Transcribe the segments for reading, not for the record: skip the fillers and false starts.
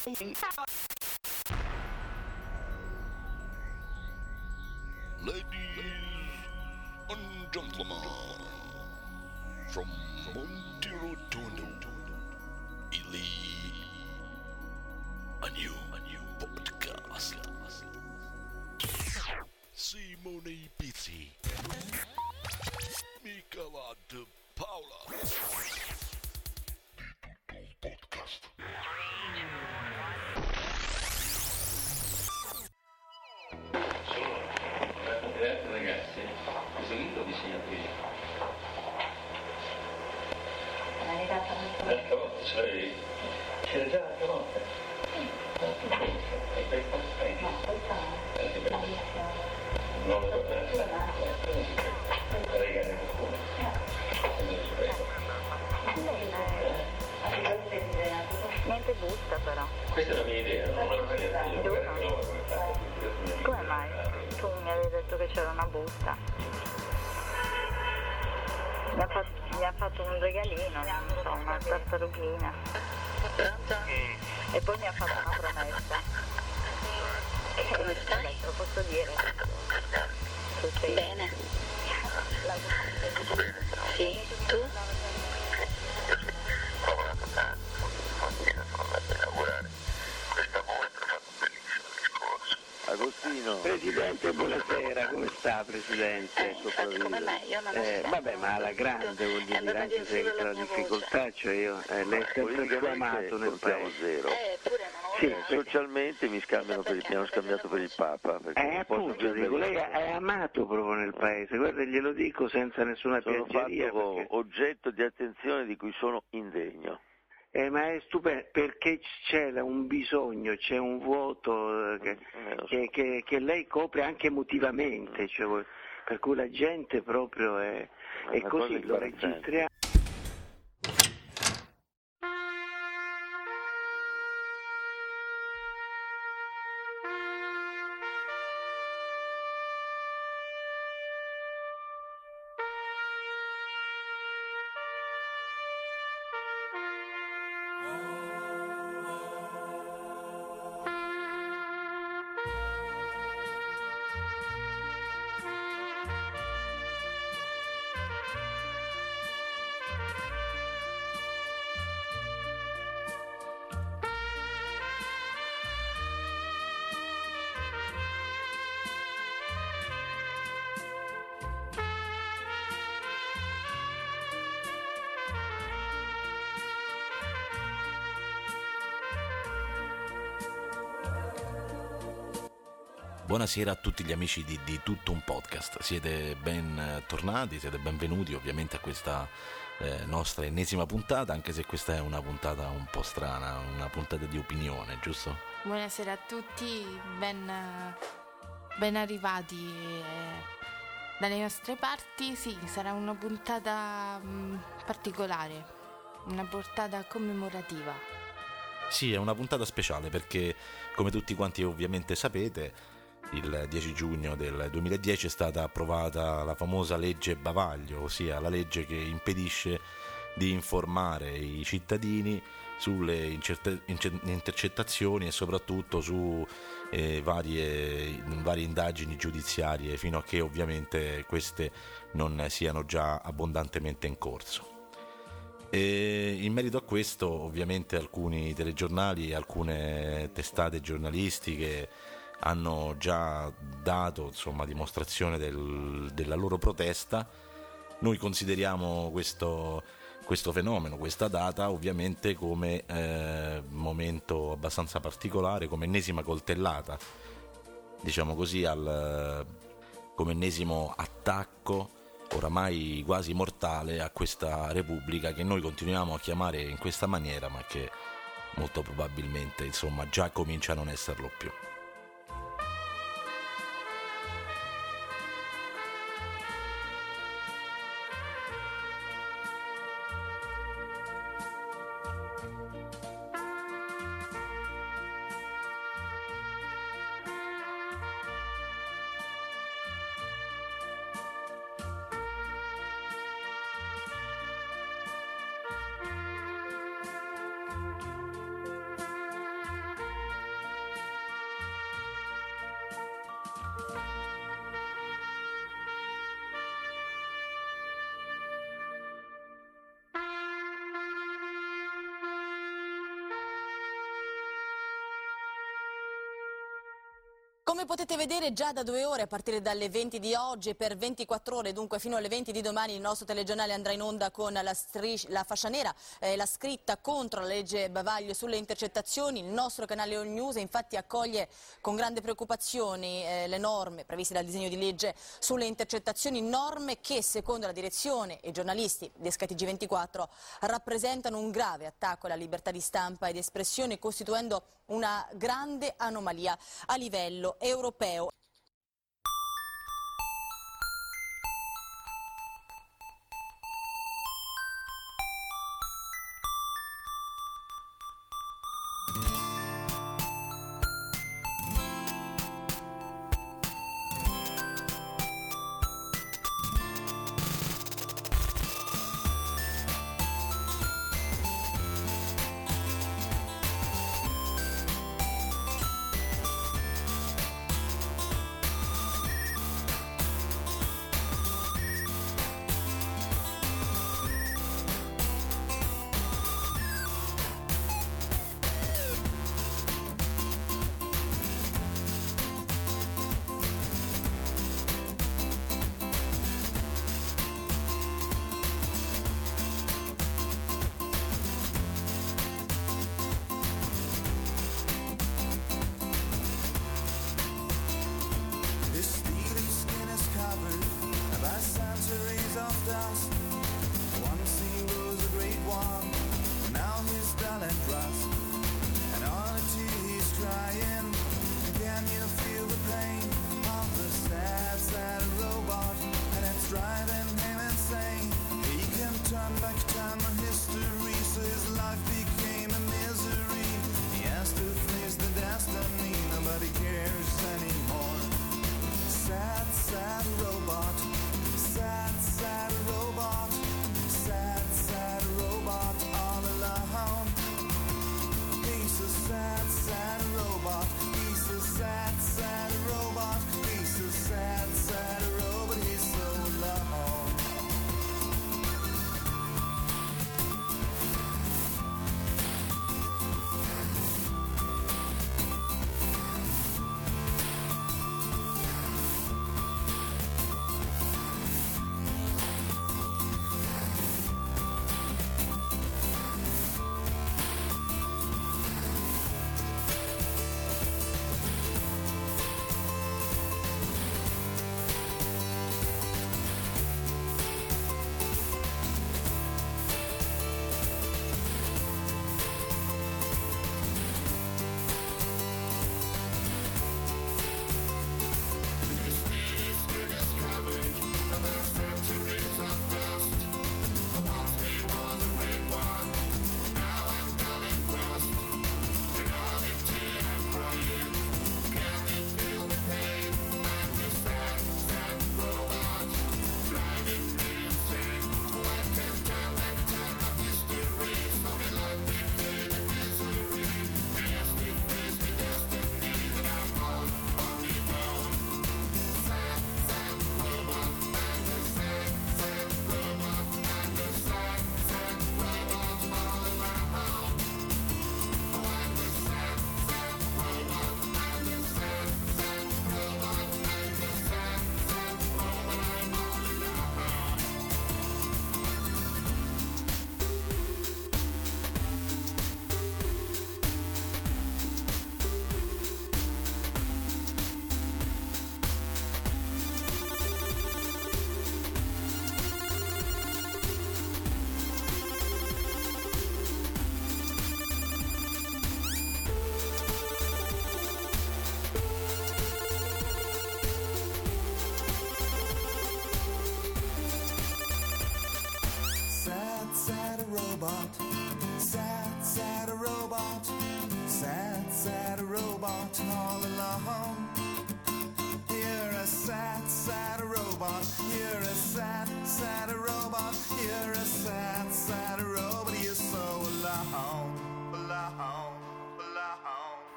Ladies and gentlemen, from Monte Rotondo, Italy, a new podcast. Simone Pizzi, Michela De Paula. Podcast. Ragazzi, questo libro disegna qui. L'hai dato L'altra volta, sai? C'era già l'altra volta? E questa? No, questa no. Non lo so. Regale qualcuno. Niente busta però. Questa è la mia idea, non la Come mai? Tu mi avevi detto che c'era una busta. Mi ha fatto un regalino, non so, una tartarughina. E poi mi ha fatto una promessa. Come stai? Lo posso dire? Tu sei... Bene. La... Sì, tu? Ho lavorato tanto, stamattina sono andato a lavorare. Questa volta ho fatto un bellissimo discorso. Agostino. Presidente, buonasera, come sta Presidente? Come me, io non lo so. Vabbè, ma alla grande, voglio dire, anche se è la difficoltà, cioè io, lei è sempre più amato nel paese. Zero. Pure non ho Sì, Socialmente mi hanno scambiato per il Papa. Perché non posso appunto, più dico, lei andare. è amato proprio nel paese, guarda, glielo dico senza nessuna Sono piaggeria. fatto Perché... oggetto di attenzione di cui sono indegno. Ma è stupendo, perché c'è un bisogno, c'è un vuoto Lo so. che lei copre anche emotivamente, cioè, per cui la gente proprio è una cosa così, lo imbarazzante. registriamo. Buonasera a tutti gli amici di Tutto un Podcast, siete ben tornati, siete benvenuti ovviamente a questa nostra ennesima puntata, anche se questa è una puntata un po' strana, una puntata di opinione, giusto? Buonasera a tutti, ben arrivati dalle nostre parti. Sì, sarà una puntata particolare, una puntata commemorativa. Sì, è una puntata speciale perché, come tutti quanti ovviamente sapete, il 10 giugno del 2010 è stata approvata la famosa legge Bavaglio, ossia la legge che impedisce di informare i cittadini sulle intercettazioni e soprattutto su varie indagini giudiziarie, fino a che ovviamente queste non siano già abbondantemente in corso. E in merito a questo, ovviamente, alcuni telegiornali e alcune testate giornalistiche hanno già dato, insomma, dimostrazione della loro protesta. Noi consideriamo questo fenomeno, questa data, ovviamente come momento abbastanza particolare, come ennesima coltellata, diciamo così, come ennesimo attacco oramai quasi mortale a questa Repubblica che noi continuiamo a chiamare in questa maniera, ma che molto probabilmente, insomma, già comincia a non esserlo più. Come potete vedere, già da 2 ore, a partire dalle 20 di oggi e per 24 ore, dunque fino alle 20 di domani, il nostro telegiornale andrà in onda con la fascia nera, la scritta contro la legge Bavaglio sulle intercettazioni. Il nostro canale All News infatti accoglie con grande preoccupazione le norme previste dal disegno di legge sulle intercettazioni, norme che secondo la direzione e i giornalisti di SKTG24 rappresentano un grave attacco alla libertà di stampa ed espressione, costituendo una grande anomalia a livello europeo.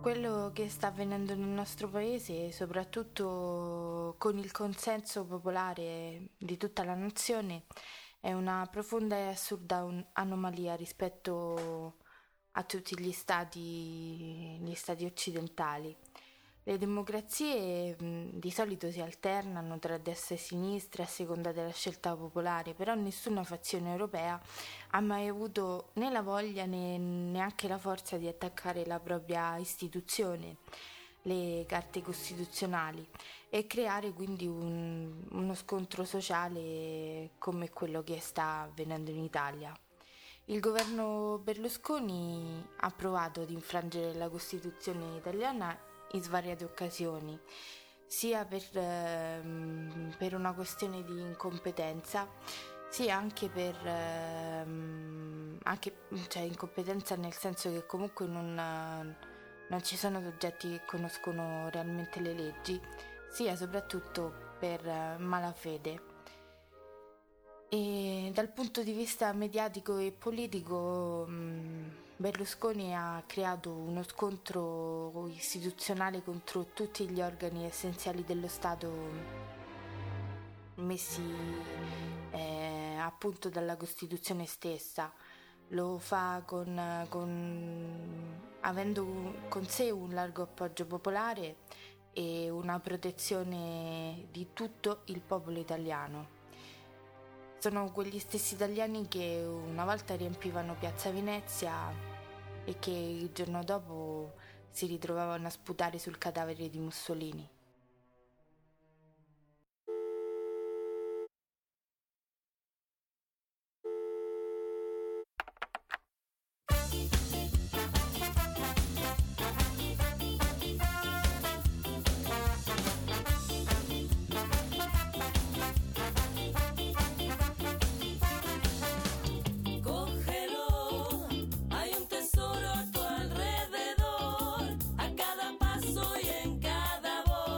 Quello che sta avvenendo nel nostro paese, soprattutto con il consenso popolare di tutta la nazione, è una profonda e assurda anomalia rispetto a tutti gli stati occidentali. Le democrazie di solito si alternano tra destra e sinistra a seconda della scelta popolare, però nessuna fazione europea ha mai avuto né la voglia né neanche la forza di attaccare la propria istituzione, le carte costituzionali, e creare quindi uno scontro sociale come quello che sta avvenendo in Italia. Il governo Berlusconi ha provato ad infrangere la Costituzione italiana in svariate occasioni, sia per una questione di incompetenza, sia anche cioè incompetenza nel senso che comunque non ci sono soggetti che conoscono realmente le leggi, sia soprattutto per malafede. E dal punto di vista mediatico e politico, Berlusconi ha creato uno scontro istituzionale contro tutti gli organi essenziali dello Stato messi appunto dalla Costituzione stessa. Lo fa avendo con sé un largo appoggio popolare e una protezione di tutto il popolo italiano. Sono quegli stessi italiani che una volta riempivano Piazza Venezia e che il giorno dopo si ritrovavano a sputare sul cadavere di Mussolini. Hay un tesoro a tu alrededor, a cada paso y en cada voz.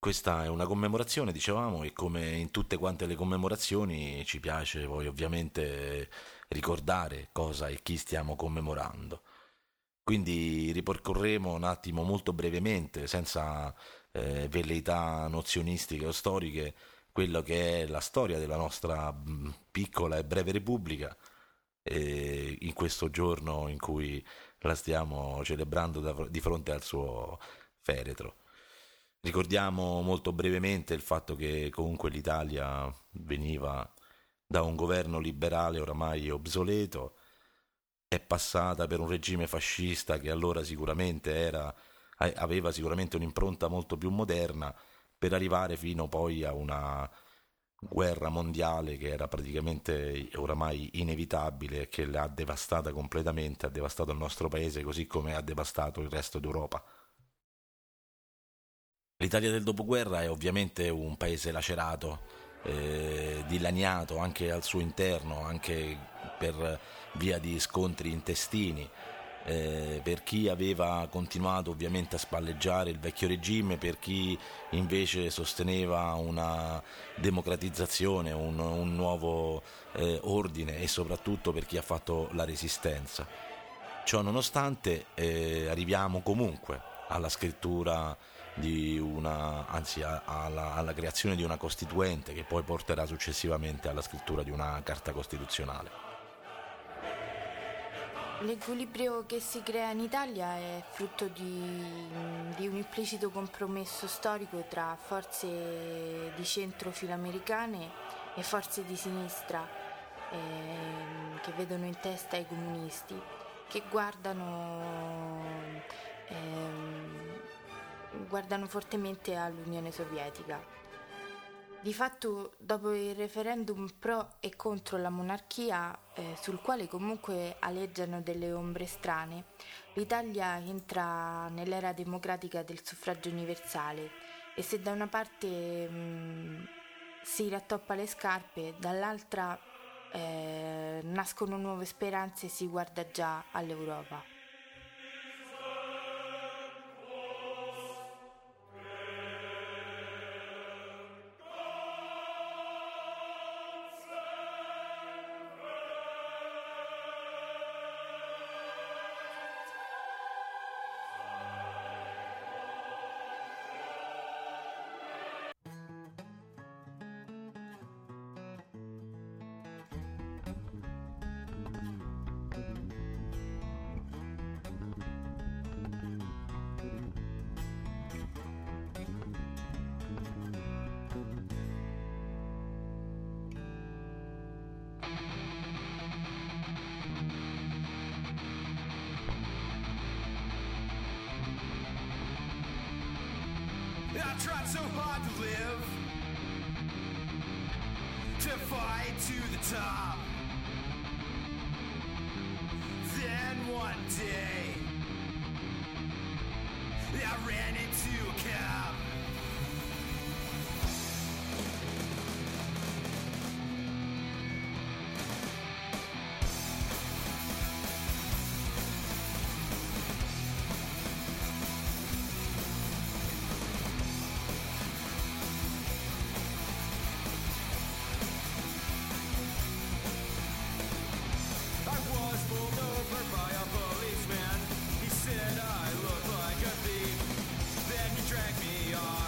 Questa è una commemorazione, dicevamo, e come in tutte quante le commemorazioni ci piace poi ovviamente ricordare cosa e chi stiamo commemorando. Quindi ripercorreremo un attimo molto brevemente, senza velleità nozionistiche o storiche, quello che è la storia della nostra piccola e breve Repubblica, in questo giorno in cui la stiamo celebrando di fronte al suo feretro. Ricordiamo molto brevemente il fatto che comunque l'Italia veniva da un governo liberale oramai obsoleto, è passata per un regime fascista che allora sicuramente aveva sicuramente un'impronta molto più moderna, per arrivare fino poi a una guerra mondiale che era praticamente oramai inevitabile e che l'ha devastata completamente, ha devastato il nostro paese così come ha devastato il resto d'Europa. L'Italia del dopoguerra è ovviamente un paese lacerato, dilaniato anche al suo interno, anche per via di scontri intestini, per chi aveva continuato ovviamente a spalleggiare il vecchio regime, per chi invece sosteneva una democratizzazione, un nuovo ordine, e soprattutto per chi ha fatto la resistenza. Ciò nonostante arriviamo comunque alla scrittura alla creazione di una costituente che poi porterà successivamente alla scrittura di una carta costituzionale. L'equilibrio che si crea in Italia è frutto di un implicito compromesso storico tra forze di centro filoamericane e forze di sinistra che vedono in testa i comunisti, che guardano fortemente all'Unione Sovietica. Di fatto, dopo il referendum pro e contro la monarchia, sul quale comunque aleggiano delle ombre strane, l'Italia entra nell'era democratica del suffragio universale e se da una parte si rattoppa le scarpe, dall'altra nascono nuove speranze e si guarda già all'Europa. I tried so hard to live, to fight to the top. Then one day, I ran into a cab. Dragged me on.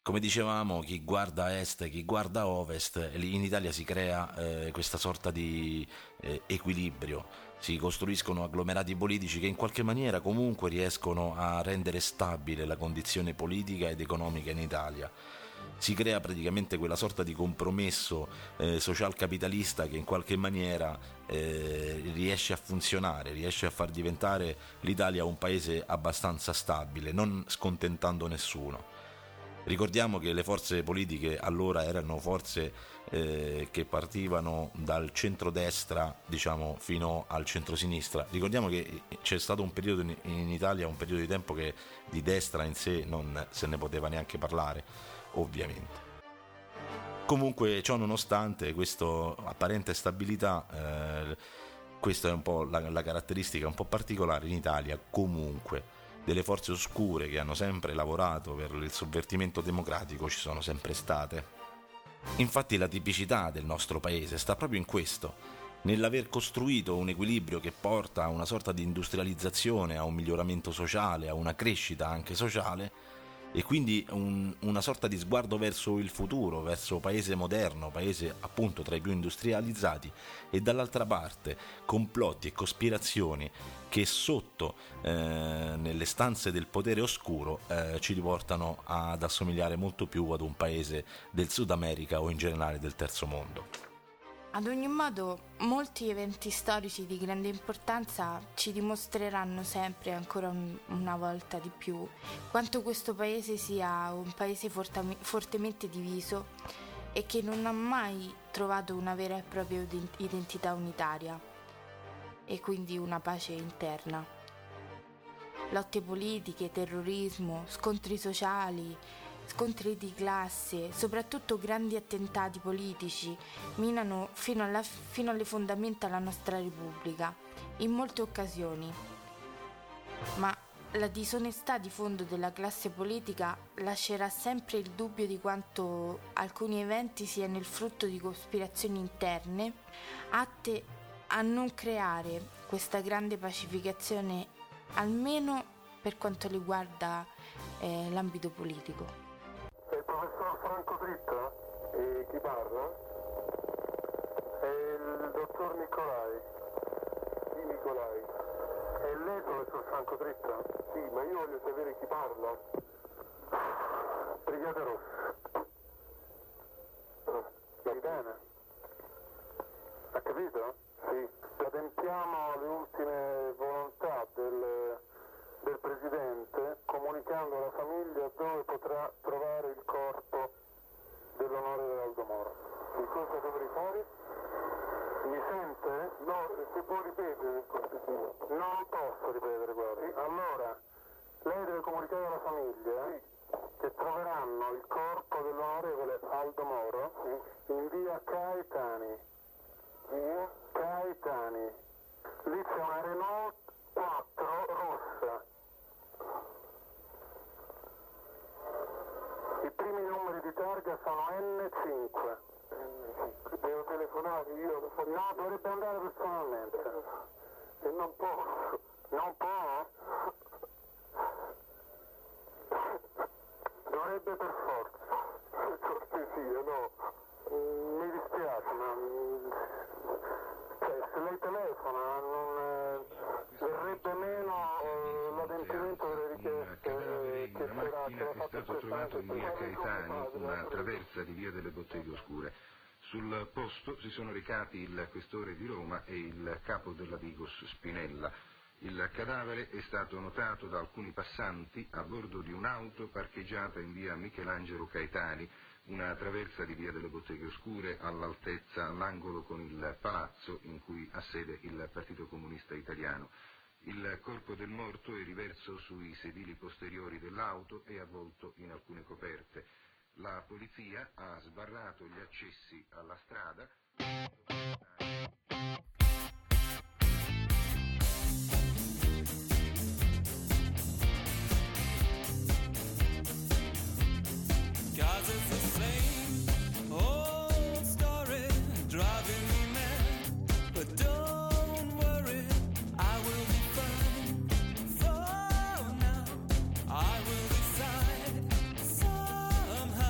Come dicevamo, chi guarda a est, chi guarda a ovest, in Italia si crea questa sorta di equilibrio, si costruiscono agglomerati politici che in qualche maniera comunque riescono a rendere stabile la condizione politica ed economica in Italia. Si crea praticamente quella sorta di compromesso social capitalista che in qualche maniera riesce a funzionare, riesce a far diventare l'Italia un paese abbastanza stabile, non scontentando nessuno. Ricordiamo che le forze politiche allora erano forze che partivano dal centrodestra, diciamo, fino al centrosinistra. Ricordiamo che c'è stato un periodo in Italia, un periodo di tempo che di destra in sé non se ne poteva neanche parlare, ovviamente. Comunque, ciò nonostante, questa apparente stabilità, questa è un po' la caratteristica un po' particolare in Italia, comunque. Delle forze oscure che hanno sempre lavorato per il sovvertimento democratico ci sono sempre state. Infatti la tipicità del nostro paese sta proprio in questo, nell'aver costruito un equilibrio che porta a una sorta di industrializzazione, a un miglioramento sociale, a una crescita anche sociale, e quindi una sorta di sguardo verso il futuro, verso paese moderno, paese appunto tra i più industrializzati, e dall'altra parte complotti e cospirazioni che sotto nelle stanze del potere oscuro ci riportano ad assomigliare molto più ad un paese del Sud America o in generale del terzo mondo. Ad ogni modo, molti eventi storici di grande importanza ci dimostreranno sempre, ancora una volta di più, quanto questo paese sia un paese fortemente diviso e che non ha mai trovato una vera e propria identità unitaria e quindi una pace interna. Lotte politiche, terrorismo, scontri sociali, scontri di classe, soprattutto grandi attentati politici, minano fino alle fondamenta la nostra Repubblica, in molte occasioni. Ma la disonestà di fondo della classe politica lascerà sempre il dubbio di quanto alcuni eventi siano il frutto di cospirazioni interne, atte a non creare questa grande pacificazione, almeno per quanto riguarda l'ambito politico. È il professor Franco Dritta? E chi parla? È il dottor Nicolai. Chi Nicolai? È lei, professor Franco Dritta? Sì, ma io voglio sapere chi parla. Brigata Rossa. Va bene? Ha capito? Sì. Adempiamo le ultime volontà del Presidente, comunicando alla famiglia dove potrà trovare il corpo dell'onorevole Aldo Moro. Di cosa dovrei fare? Mi sente? No, se può ripetere per cortesia. Non posso ripetere, guardi. Allora, lei deve comunicare alla famiglia che troveranno il corpo dell'onorevole Aldo Moro in via Caetani. Via Caetani. Lì c'è una Renault 4 rossa. I primi numeri di targa sono N5. Devo telefonare io? No, dovrebbe andare personalmente. E non posso. Non può? Dovrebbe per forza. Per cortesia, no. Mi dispiace, ma se lei telefona non verrebbe meno l'adempimento delle richieste che sarà è stato trovato in via Caetani, una traversa di via delle Botteghe Oscure. Sul posto si sono recati il questore di Roma e il capo della Digos Spinella. Il cadavere è stato notato da alcuni passanti a bordo di un'auto parcheggiata in via Michelangelo Caetani, una traversa di via delle Botteghe Oscure all'altezza, all'angolo con il palazzo in cui ha sede il Partito Comunista Italiano. Il corpo del morto è riverso sui sedili posteriori dell'auto e avvolto in alcune coperte. La polizia ha sbarrato gli accessi alla strada. Somehow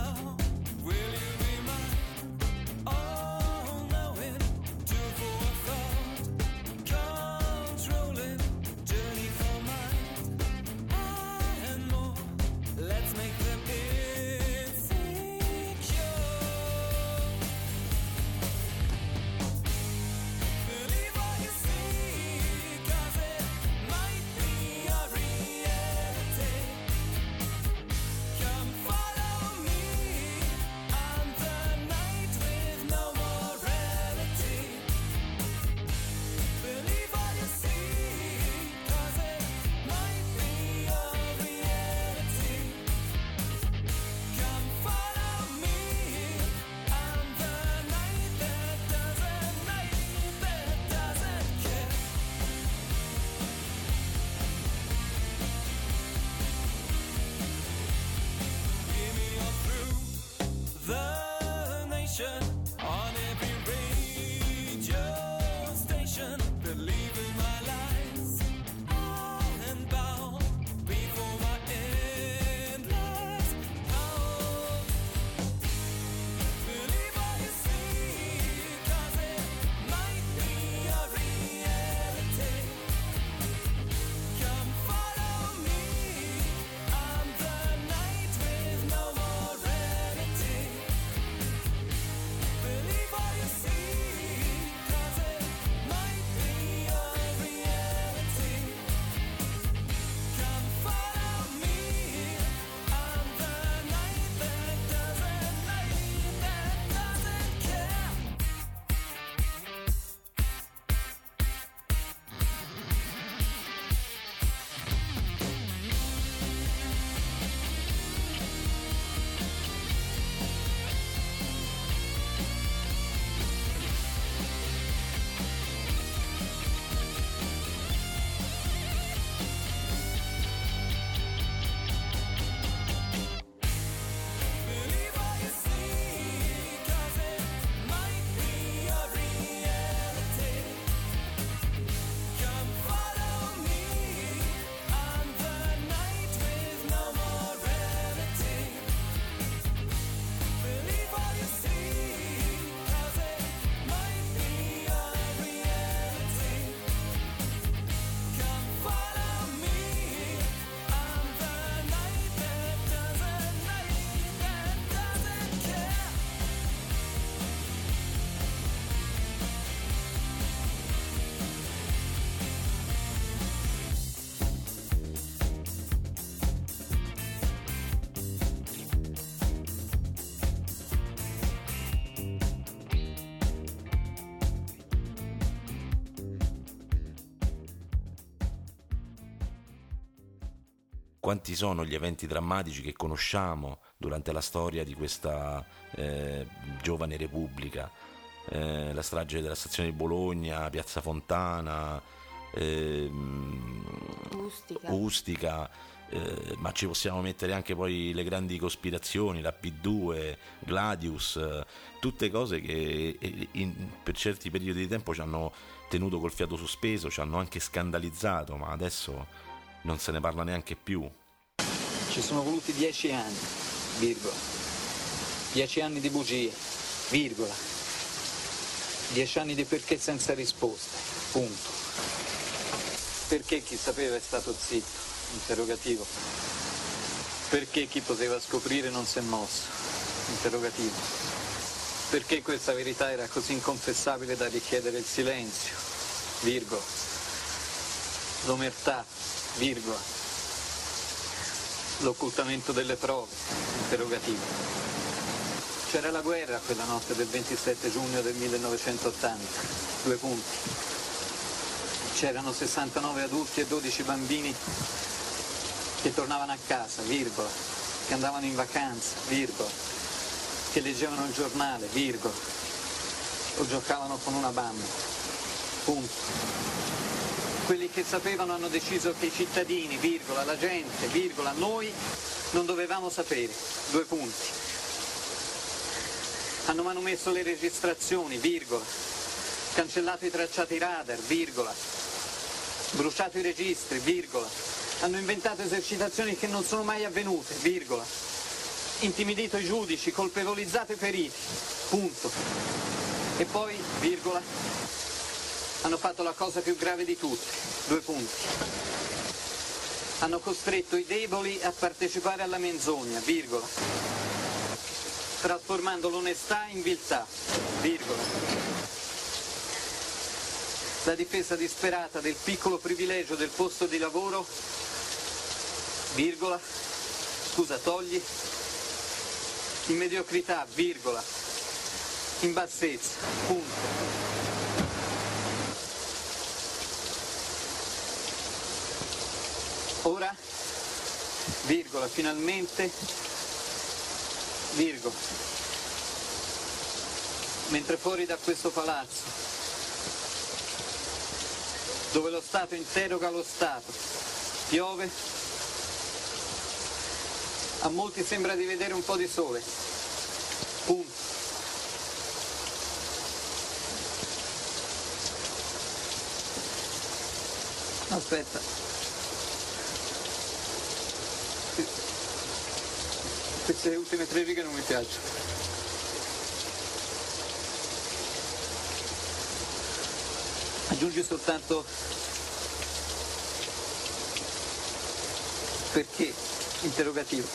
quanti sono gli eventi drammatici che conosciamo durante la storia di questa giovane repubblica, la strage della stazione di Bologna, Piazza Fontana, Ustica, ma ci possiamo mettere anche poi le grandi cospirazioni, la P2, Gladius, tutte cose che per certi periodi di tempo ci hanno tenuto col fiato sospeso, ci hanno anche scandalizzato, ma adesso non se ne parla neanche più. Ci sono voluti 10 anni, virgola. 10 anni di bugie, virgola. 10 anni di perché senza risposte, punto. Perché chi sapeva è stato zitto? Interrogativo. Perché chi poteva scoprire non si è mosso? Interrogativo. Perché questa verità era così inconfessabile da richiedere il silenzio? Virgola. L'omertà, virgola. L'occultamento delle prove, interrogativo. C'era la guerra quella notte del 27 giugno del 1980, 2 punti. C'erano 69 adulti e 12 bambini che tornavano a casa, virgola, che andavano in vacanza, virgola, che leggevano il giornale, virgola, o giocavano con una bamba, punto. Quelli che sapevano hanno deciso che i cittadini, virgola, la gente, virgola, noi non dovevamo sapere, 2 punti. Hanno manomesso le registrazioni, virgola, cancellato i tracciati radar, virgola, bruciato i registri, virgola, hanno inventato esercitazioni che non sono mai avvenute, virgola, intimidito i giudici, colpevolizzato i periti, punto. E poi, virgola, hanno fatto la cosa più grave di tutte, 2 punti. Hanno costretto i deboli a partecipare alla menzogna, virgola, trasformando l'onestà in viltà, virgola. La difesa disperata del piccolo privilegio del posto di lavoro, virgola, scusa, togli, in mediocrità, virgola, in bassezza, punto. Ora, virgola, finalmente, virgola, mentre fuori da questo palazzo, dove lo Stato interroga lo Stato, piove, a molti sembra di vedere un po' di sole, punto. Aspetta. Queste ultime 3 righe non mi piacciono. Aggiungi soltanto perché, interrogativo.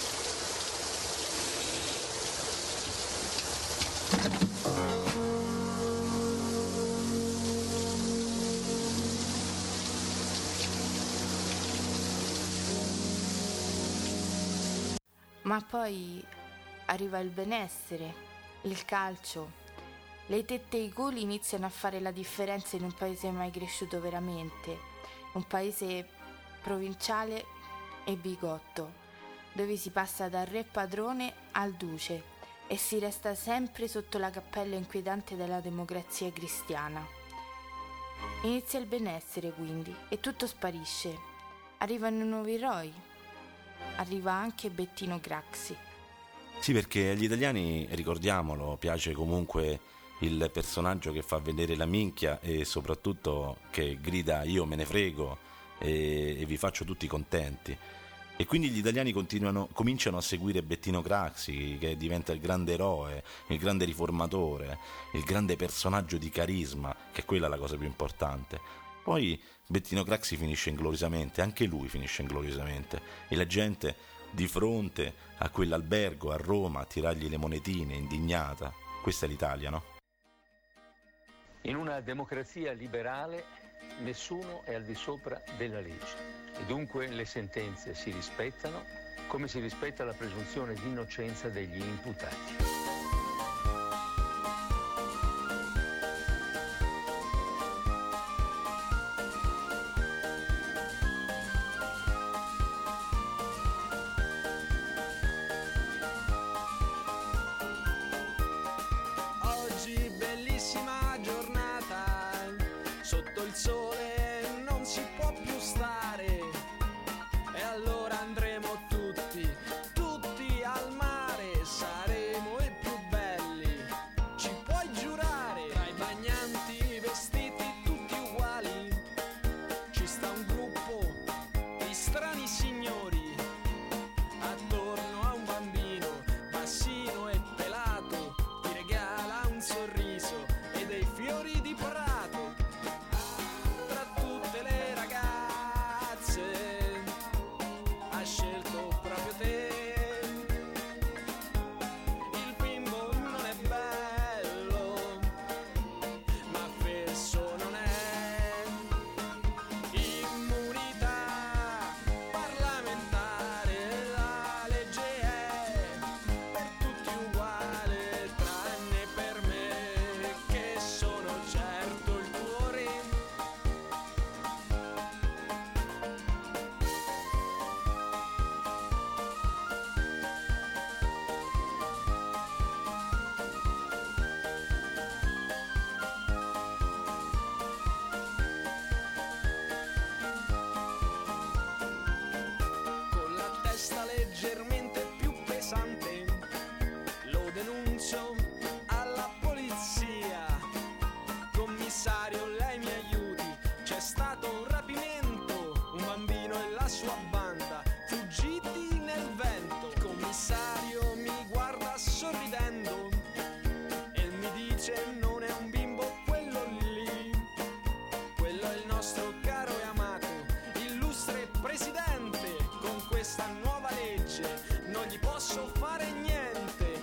Ma poi arriva il benessere, il calcio. Le tette e i culi iniziano a fare la differenza in un paese mai cresciuto veramente, un paese provinciale e bigotto, dove si passa dal re padrone al duce e si resta sempre sotto la cappella inquietante della democrazia cristiana. Inizia il benessere quindi e tutto sparisce. Arrivano i nuovi eroi. Arriva anche Bettino Craxi. Sì, perché agli italiani, ricordiamolo, piace comunque il personaggio che fa vedere la minchia e soprattutto che grida io me ne frego e vi faccio tutti contenti. E quindi gli italiani cominciano a seguire Bettino Craxi, che diventa il grande eroe, il grande riformatore, il grande personaggio di carisma, che è quella la cosa più importante. Poi Bettino Craxi finisce ingloriosamente, anche lui finisce ingloriosamente, e la gente di fronte a quell'albergo a Roma a tirargli le monetine, indignata. Questa è l'Italia, no? In una democrazia liberale nessuno è al di sopra della legge e dunque le sentenze si rispettano come si rispetta la presunzione di innocenza degli imputati. sta leggermente più pesante. Lo denuncio alla polizia. Commissario, lei mi aiuti, c'è stato un rapimento, un bambino e la sua banda fuggiti nel vento. Il commissario mi guarda sorridendo e mi dice: non è un bimbo quello lì, quello è il nostro caro e amato illustre presidente. Con questa nuova legge non gli posso fare niente.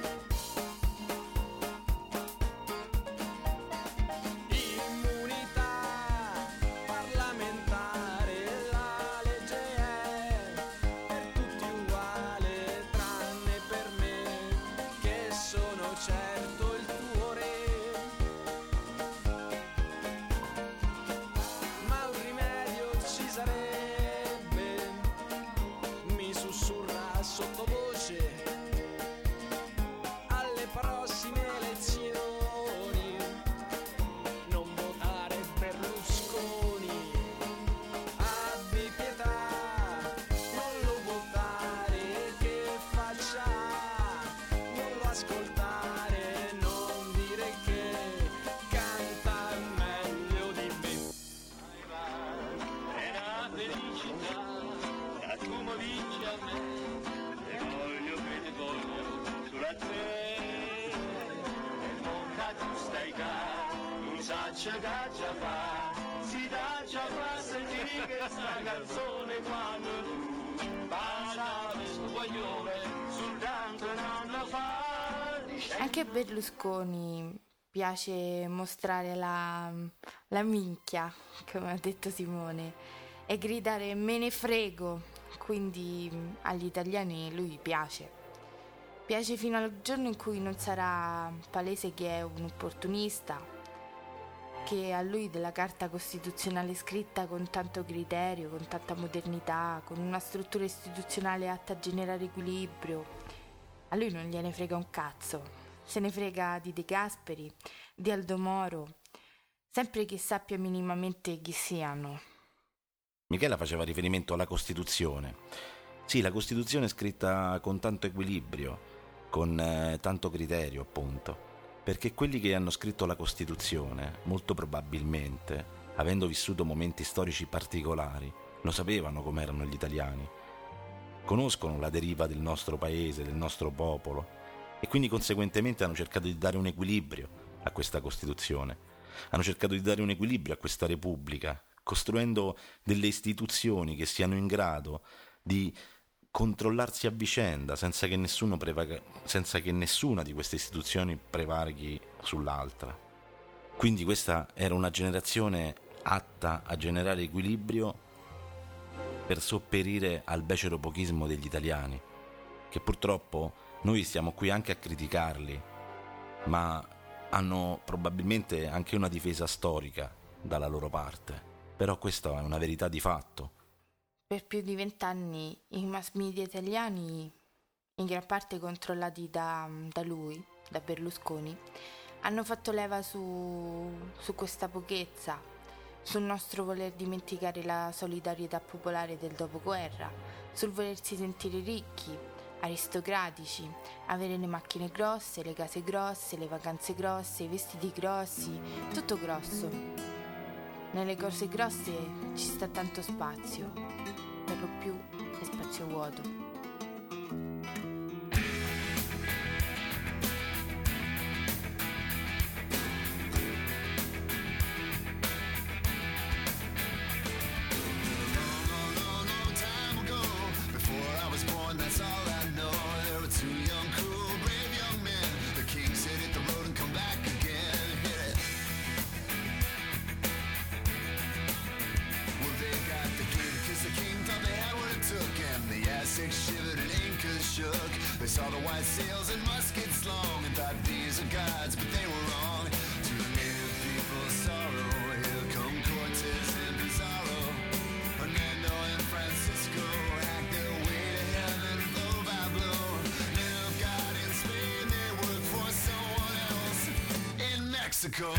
Anche a Berlusconi piace mostrare la minchia, come ha detto Simone, e gridare me ne frego, quindi agli italiani lui piace. Piace fino al giorno in cui non sarà palese che è un opportunista, che a lui della Carta Costituzionale scritta con tanto criterio, con tanta modernità, con una struttura istituzionale atta a generare equilibrio, a lui non gliene frega un cazzo. Se ne frega di De Gasperi, di Aldo Moro, sempre che sappia minimamente chi siano. Michela faceva riferimento alla Costituzione. Sì, la Costituzione è scritta con tanto equilibrio, con tanto criterio, appunto, perché quelli che hanno scritto la Costituzione, molto probabilmente, avendo vissuto momenti storici particolari, lo sapevano com'erano gli italiani. Conoscono la deriva del nostro paese, del nostro popolo, e quindi conseguentemente hanno cercato di dare un equilibrio a questa Costituzione, hanno cercato di dare un equilibrio a questa Repubblica, costruendo delle istituzioni che siano in grado di controllarsi a vicenda senza che nessuna di queste istituzioni prevarghi sull'altra. Quindi questa era una generazione atta a generare equilibrio per sopperire al becero pochismo degli italiani, che purtroppo noi stiamo qui anche a criticarli, ma hanno probabilmente anche una difesa storica dalla loro parte. Però questa è una verità di fatto. Per più di 20 anni i mass media italiani, in gran parte controllati da lui, da Berlusconi, hanno fatto leva su questa pochezza, sul nostro voler dimenticare la solidarietà popolare del dopoguerra, sul volersi sentire ricchi, aristocratici, avere le macchine grosse, le case grosse, le vacanze grosse, i vestiti grossi, tutto grosso. Nelle cose grosse ci sta tanto spazio, per lo più è spazio vuoto. Shivered and anchors shook. They saw the white sails and muskets long and thought these are gods, but they were wrong. To the native people's sorrow, here come Cortez and Pizarro, Hernando and Francisco hacked their way to heaven blow by blow. Men of God in Spain, they work for someone else in Mexico.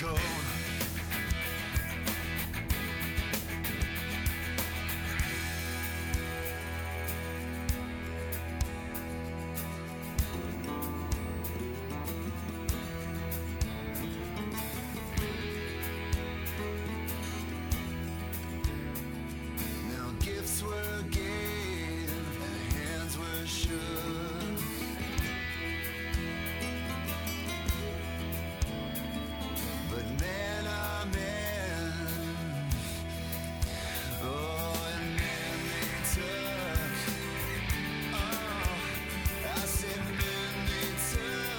Mexico. Now gifts were gave and hands were shook. But man, oh man, oh, and then they took, oh, I said then they took.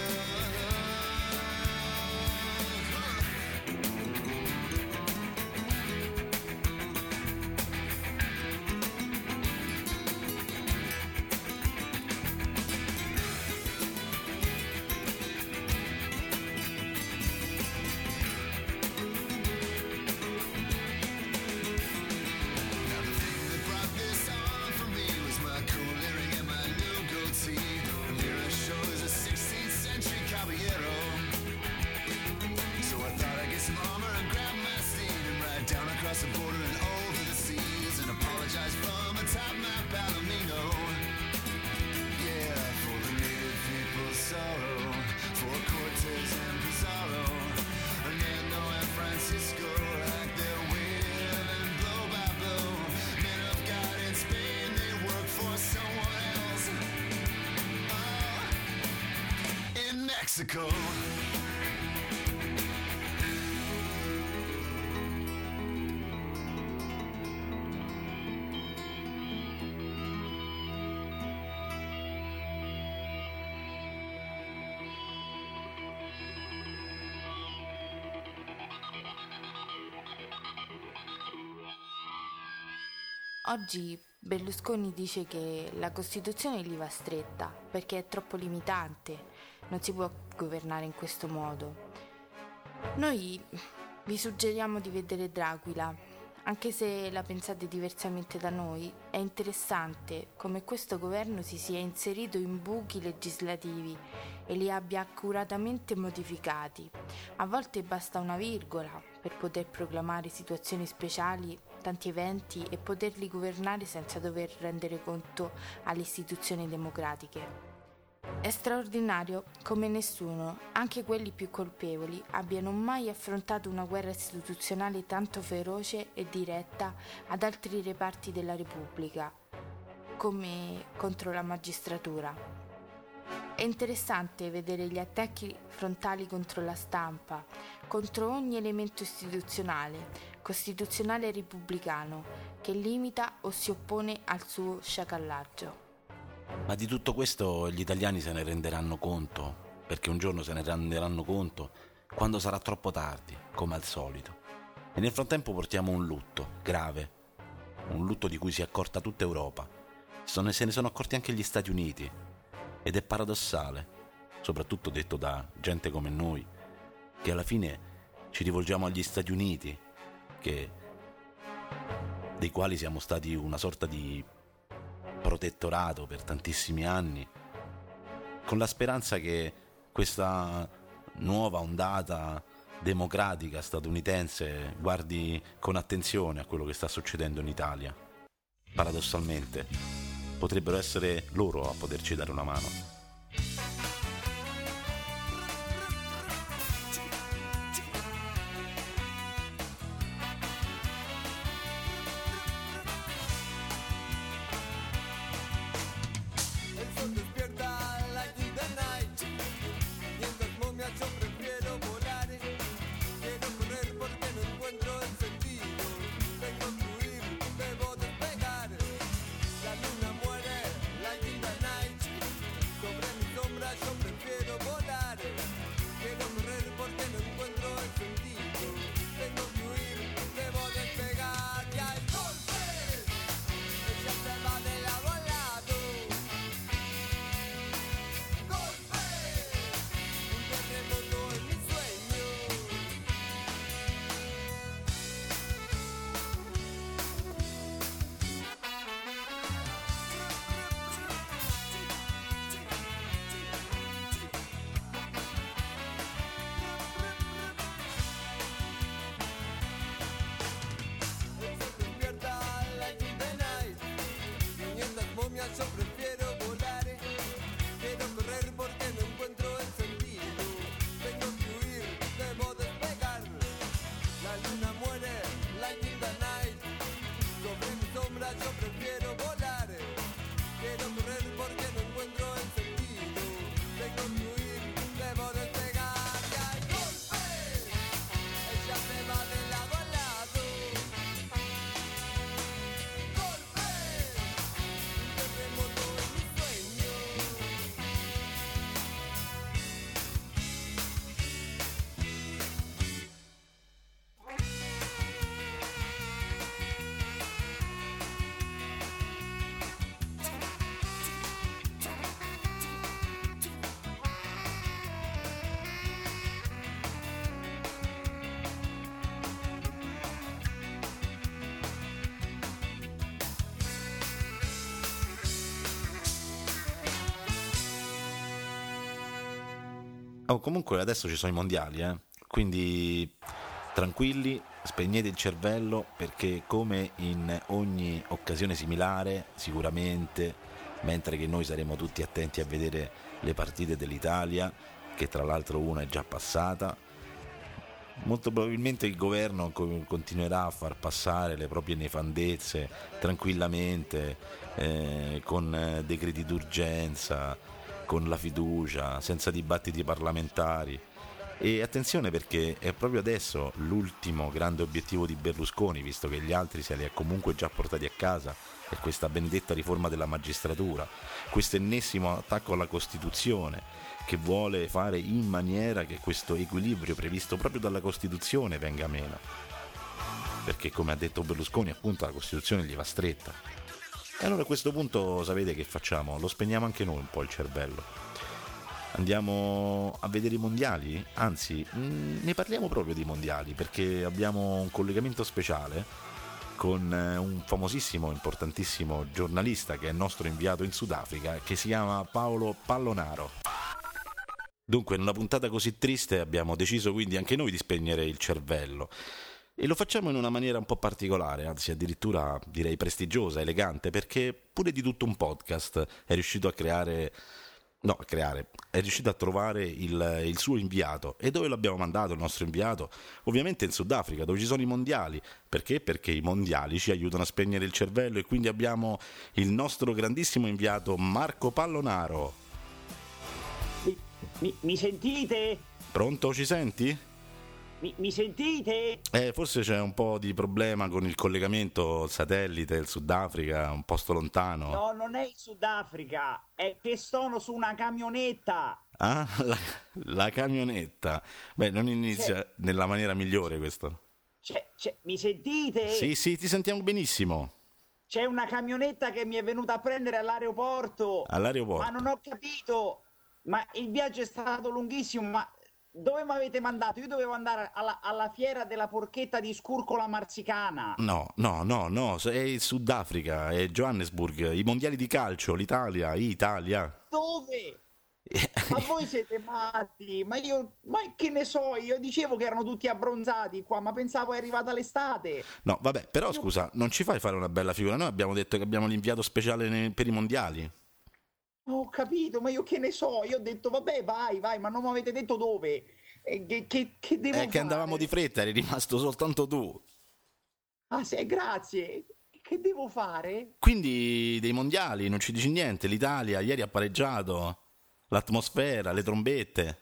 Now the thing that brought this on for me was my cool earring and my new goatee. The mirror shows a 16th century caballero. So I thought I'd get some armor and grab my steed and ride down across the border and over the seas and apologize from atop my Palomino. Yeah, for the native people's sorrow, for Cortez and Pizarro, Hernando and Francisco, like they're waiting blow by blow. Men of God in Spain, they work for someone else. Oh, in Mexico. Oggi Berlusconi dice che la Costituzione gli va stretta perché è troppo limitante, non si può governare in questo modo. Noi vi suggeriamo di vedere Dracula, anche se la pensate diversamente da noi. È interessante come questo governo si sia inserito in buchi legislativi e li abbia accuratamente modificati. A volte basta una virgola per poter proclamare situazioni speciali, tanti eventi e poterli governare senza dover rendere conto alle istituzioni democratiche. È straordinario come nessuno, anche quelli più colpevoli, abbiano mai affrontato una guerra istituzionale tanto feroce e diretta ad altri reparti della Repubblica, come contro la magistratura. È interessante vedere gli attacchi frontali contro la stampa, contro ogni elemento istituzionale, costituzionale e repubblicano, che limita o si oppone al suo sciacallaggio. Ma di tutto questo gli italiani se ne renderanno conto, perché un giorno se ne renderanno conto quando sarà troppo tardi, come al solito. E nel frattempo portiamo un lutto grave, un lutto di cui si è accorta tutta Europa. Se ne sono accorti anche gli Stati Uniti. Ed è paradossale, soprattutto detto da gente come noi, che alla fine ci rivolgiamo agli Stati Uniti, dei quali siamo stati una sorta di protettorato per tantissimi anni, con la speranza che questa nuova ondata democratica statunitense guardi con attenzione a quello che sta succedendo in Italia. Paradossalmente, potrebbero essere loro a poterci dare una mano. La luna muere, like in the night. luna muere, light in the night. Sobre mi sombra yo prefiero volar. Quiero correr porque no encuentro el sentido. Tengo que huir, debo despegar. Y hay golpes, ella me va de lado a lado. Golpes, un terremoto en mi sueño. Oh, comunque adesso ci sono i mondiali, quindi tranquilli, spegnete il cervello perché come in ogni occasione similare, sicuramente, mentre che noi saremo tutti attenti a vedere le partite dell'Italia, che tra l'altro una è già passata, molto probabilmente il governo continuerà a far passare le proprie nefandezze tranquillamente, con decreti d'urgenza, con la fiducia, senza dibattiti parlamentari. E attenzione perché è proprio adesso l'ultimo grande obiettivo di Berlusconi, visto che gli altri se li ha comunque già portati a casa, è questa benedetta riforma della magistratura, questo ennesimo attacco alla Costituzione che vuole fare in maniera che questo equilibrio previsto proprio dalla Costituzione venga meno, perché come ha detto Berlusconi appunto la Costituzione gli va stretta. E allora a questo punto sapete che facciamo? Lo spegniamo anche noi un po' il cervello. Andiamo a vedere i mondiali? Anzi, ne parliamo proprio di mondiali, perché abbiamo un collegamento speciale con un famosissimo, importantissimo giornalista che è nostro inviato in Sudafrica, che si chiama Paolo Pallonaro. Dunque, in una puntata così triste abbiamo deciso quindi anche noi di spegnere il cervello. E lo facciamo in una maniera un po' particolare, anzi addirittura direi prestigiosa, elegante, perché pure di tutto un podcast è riuscito è riuscito a trovare il suo inviato. E dove l'abbiamo mandato il nostro inviato? Ovviamente in Sudafrica, dove ci sono i mondiali. Perché? Perché i mondiali ci aiutano a spegnere il cervello e quindi abbiamo il nostro grandissimo inviato Marco Pallonaro. Mi sentite? Pronto, ci senti? Mi sentite? Forse c'è un po' di problema con il collegamento, il satellite, il Sudafrica, un posto lontano. No, non è il Sudafrica, è che sono su una camionetta. Ah, la camionetta. Beh, non inizia nella maniera migliore questo. Mi sentite? Sì, ti sentiamo benissimo. C'è una camionetta che mi è venuta a prendere all'aeroporto. All'aeroporto? Ma non ho capito. Ma il viaggio è stato lunghissimo, ma dove mi avete mandato? Io dovevo andare alla fiera della porchetta di Scurcola Marsicana. No, è il Sudafrica, è Johannesburg, i mondiali di calcio, Italia. Dove? Ma voi siete matti, ma che ne so, io dicevo che erano tutti abbronzati qua, ma pensavo è arrivata l'estate. No, vabbè, però scusa, non ci fai fare una bella figura? Noi abbiamo detto che abbiamo l'inviato speciale per i mondiali. Ho capito, ma io che ne so, io ho detto vabbè vai, ma non mi avete detto dove, che devo fare? Che andavamo di fretta, eri rimasto soltanto tu. Ah sì, grazie, che devo fare? Quindi dei mondiali, non ci dici niente, l'Italia ieri ha pareggiato, l'atmosfera, le trombette.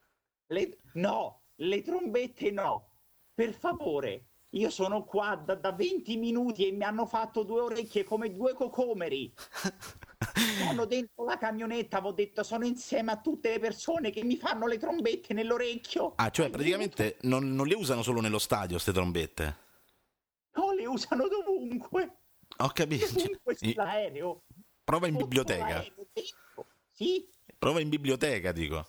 No, le trombette no, per favore, io sono qua da 20 minuti e mi hanno fatto 2 orecchie come 2 cocomeri. Sono dentro la camionetta, vi ho detto, sono insieme a tutte le persone che mi fanno le trombette nell'orecchio. Ah, cioè praticamente non le usano solo nello stadio ste trombette? No, le usano dovunque. Ho capito. Dovunque sull'aereo. Prova in biblioteca. Sì? Prova in biblioteca, dico.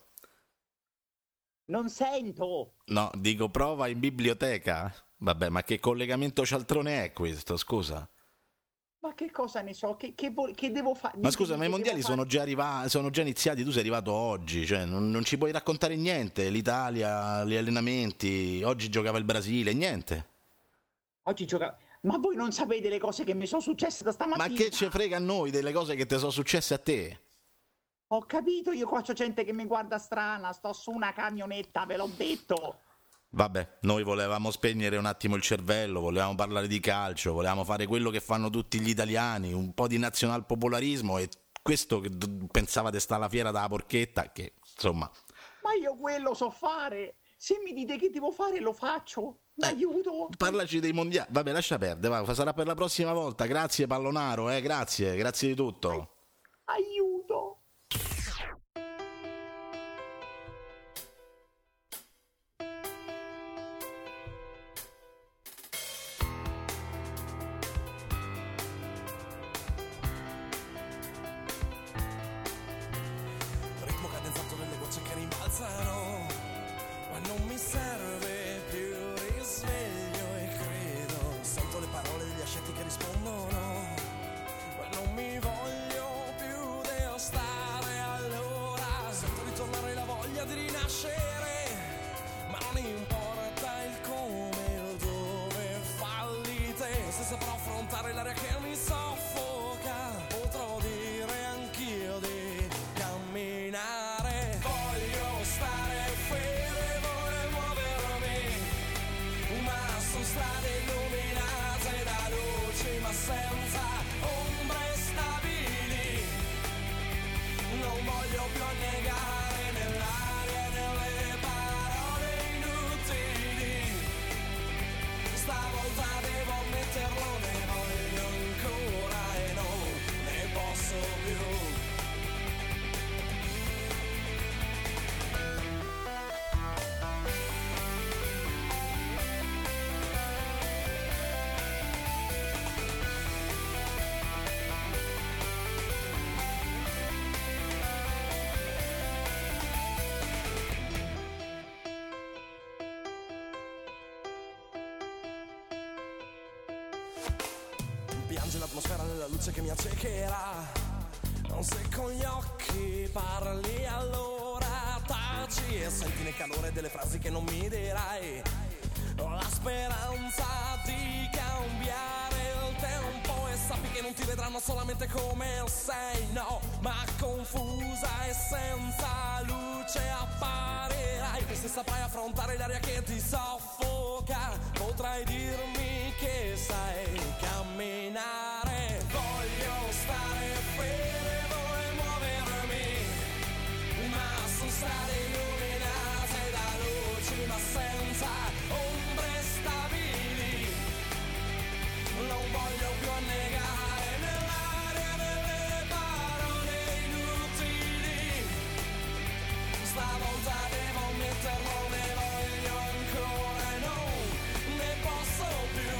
Non sento. No, dico prova in biblioteca. Vabbè, ma che collegamento cialtrone è questo, scusa? Ma che cosa ne so, che devo fare? Ma scusa, ma i mondiali sono già iniziati, tu sei arrivato oggi, cioè non ci puoi raccontare niente, l'Italia, gli allenamenti, oggi giocava il Brasile, niente. Oggi giocava... Ma voi non sapete le cose che mi sono successe da stamattina? Ma che ci frega a noi delle cose che ti sono successe a te? Ho capito, io qua c'ho gente che mi guarda strana, sto su una camionetta, ve l'ho detto. Vabbè, noi volevamo spegnere un attimo il cervello, volevamo parlare di calcio, volevamo fare quello che fanno tutti gli italiani, un po' di nazionalpopolarismo, e questo che pensavate sta alla fiera della porchetta, che insomma... Ma io quello so fare, se mi dite che devo fare lo faccio, aiuto. Parlaci dei mondiali, vabbè lascia perdere, va, sarà per la prossima volta, grazie Pallonaro, grazie di tutto. Aiuto. Ritmo cadenzato delle gocce che rimbalzano, ma non mi serve più risveglio e credo. Sento le parole degli ascetti che rispondono, ma non mi voglio più, devo stare allora. Sento ritornare la voglia di rinascere, ma non importa il come o dove fallite. Se saprò affrontare l'aria che mi soffoca, potrò dire anch'io di camminare. Voglio stare fermo e muovermi, ma su strade illuminate da luci, ma senza ombre stabili. Non voglio più annegare nell'aria e nelle parole inutili. Stavolta devo ammetterlo, ne voglio ancora e non ne posso più. Piange l'atmosfera nella luce che mi accecherà. Non se con gli occhi parli allora taci e senti nel calore delle frasi che non mi dirai. Ho la speranza di cambiare il tempo e sappi che non ti vedranno solamente come sei, no, ma confusa e senza luce apparirai. E se saprai affrontare l'aria che ti soffoca, potrai dirmi che sai camminare. Voglio stare fermo e muovermi, ma su strade illuminate da luci, ma senza ombre stabili. Non voglio più annegare nell'aria delle parole inutili. Stavolta devo ammetterlo, ne voglio ancora e non ne posso più.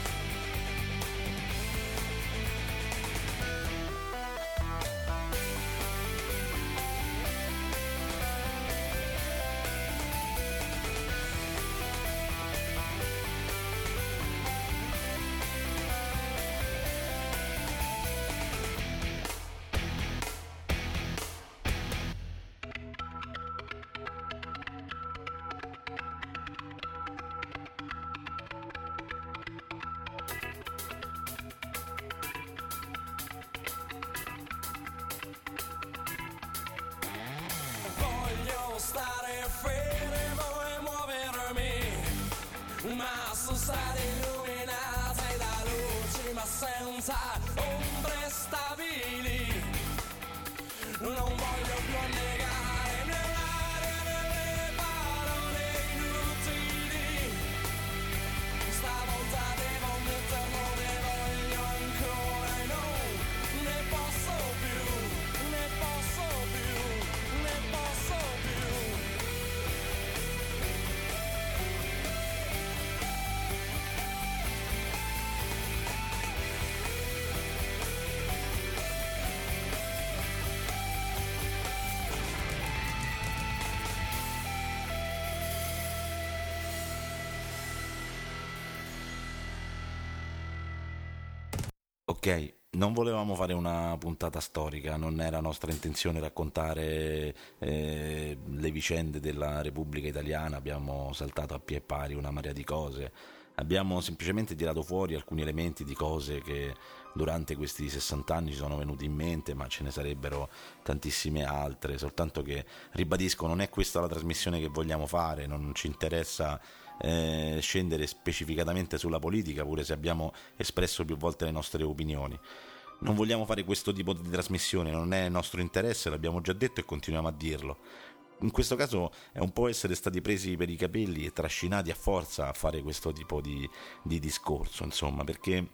Voglio stare fermo e muovermi, ma su strade illuminate da luci, ma senza ombre stabili. Non voglio più annegare nell'aria delle parole inutili. Stavolta devo ammetterlo, ne voglio ancora e non ne posso più, ne posso più, ne posso più. Ok, non volevamo fare una puntata storica, non era nostra intenzione raccontare le vicende della Repubblica Italiana, abbiamo saltato a piè pari una marea di cose, Abbiamo semplicemente tirato fuori alcuni elementi di cose che durante questi 60 anni ci sono venuti in mente, ma ce ne sarebbero tantissime altre, soltanto che, ribadisco, non è questa la trasmissione che vogliamo fare, non ci interessa scendere specificatamente sulla politica, pure se abbiamo espresso più volte le nostre opinioni. Non vogliamo fare questo tipo di trasmissione, non è nostro interesse, l'abbiamo già detto e continuiamo a dirlo. In questo caso è un po' essere stati presi per i capelli e trascinati a forza a fare questo tipo di discorso, insomma, perché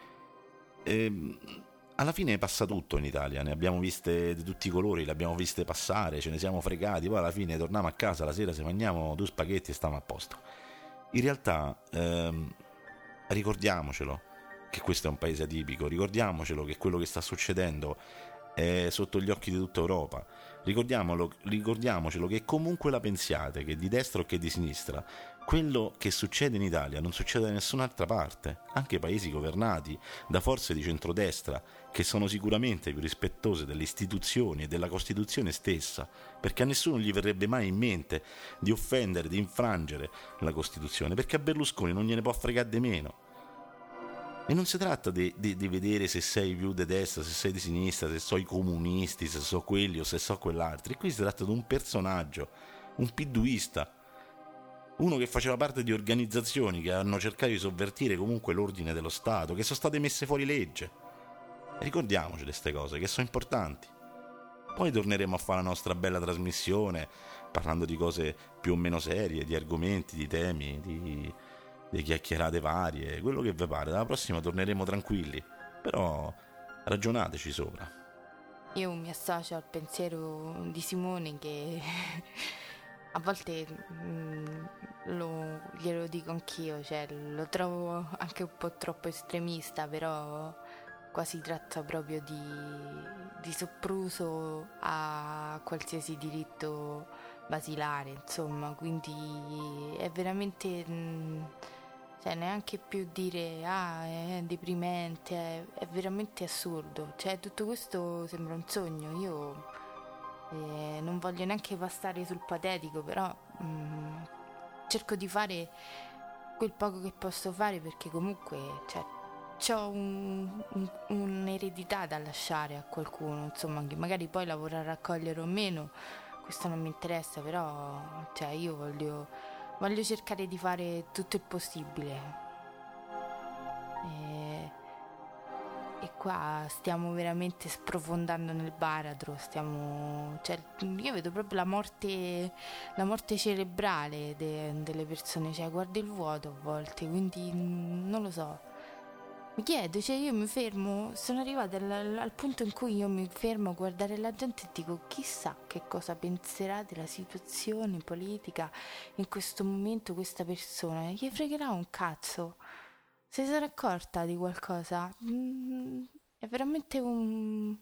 alla fine passa tutto in Italia, ne abbiamo viste di tutti i colori, le abbiamo viste passare, ce ne siamo fregati, poi alla fine torniamo a casa la sera, se mangiamo 2 spaghetti e stiamo a posto. In realtà ricordiamocelo che questo è un paese atipico, ricordiamocelo che quello che sta succedendo è sotto gli occhi di tutta Europa, ricordiamocelo che comunque la pensiate, che di destra o che di sinistra, quello che succede in Italia non succede da nessun'altra parte, anche paesi governati da forze di centrodestra che sono sicuramente più rispettose delle istituzioni e della Costituzione stessa, perché a nessuno gli verrebbe mai in mente di offendere, di infrangere la Costituzione, perché a Berlusconi non gliene può fregare di meno. E non si tratta di vedere se sei più di destra, se sei di sinistra, se so i comunisti, se so quelli o se so quell'altro. E qui si tratta di un personaggio, un piduista, uno che faceva parte di organizzazioni che hanno cercato di sovvertire comunque l'ordine dello Stato, che sono state messe fuori legge. Ricordiamoci di queste cose, che sono importanti. Poi torneremo a fare la nostra bella trasmissione, parlando di cose più o meno serie, di argomenti, di temi, di chiacchierate varie, quello che vi pare. Dalla prossima torneremo tranquilli, però ragionateci sopra. Io mi associo al pensiero di Simone, che a volte glielo dico anch'io, cioè lo trovo anche un po' troppo estremista, però qua si tratta proprio di sopruso a qualsiasi diritto basilare, insomma, quindi è veramente, cioè neanche più dire è deprimente, è veramente assurdo, cioè tutto questo sembra un sogno. Io non voglio neanche passare sul patetico, però cerco di fare quel poco che posso fare, perché comunque c'ho un'eredità da lasciare a qualcuno, insomma, che magari poi lavorerà a raccogliere o meno, questo non mi interessa, però cioè io voglio cercare di fare tutto il possibile. E qua stiamo veramente sprofondando nel baratro, io vedo proprio la morte cerebrale delle persone, cioè guardo il vuoto a volte, quindi non lo so. Mi chiedo, cioè io mi fermo, sono arrivata al punto in cui io mi fermo a guardare la gente e dico: chissà che cosa penserà della situazione politica in questo momento questa persona, gli fregherà un cazzo, se sarà accorta di qualcosa. È veramente un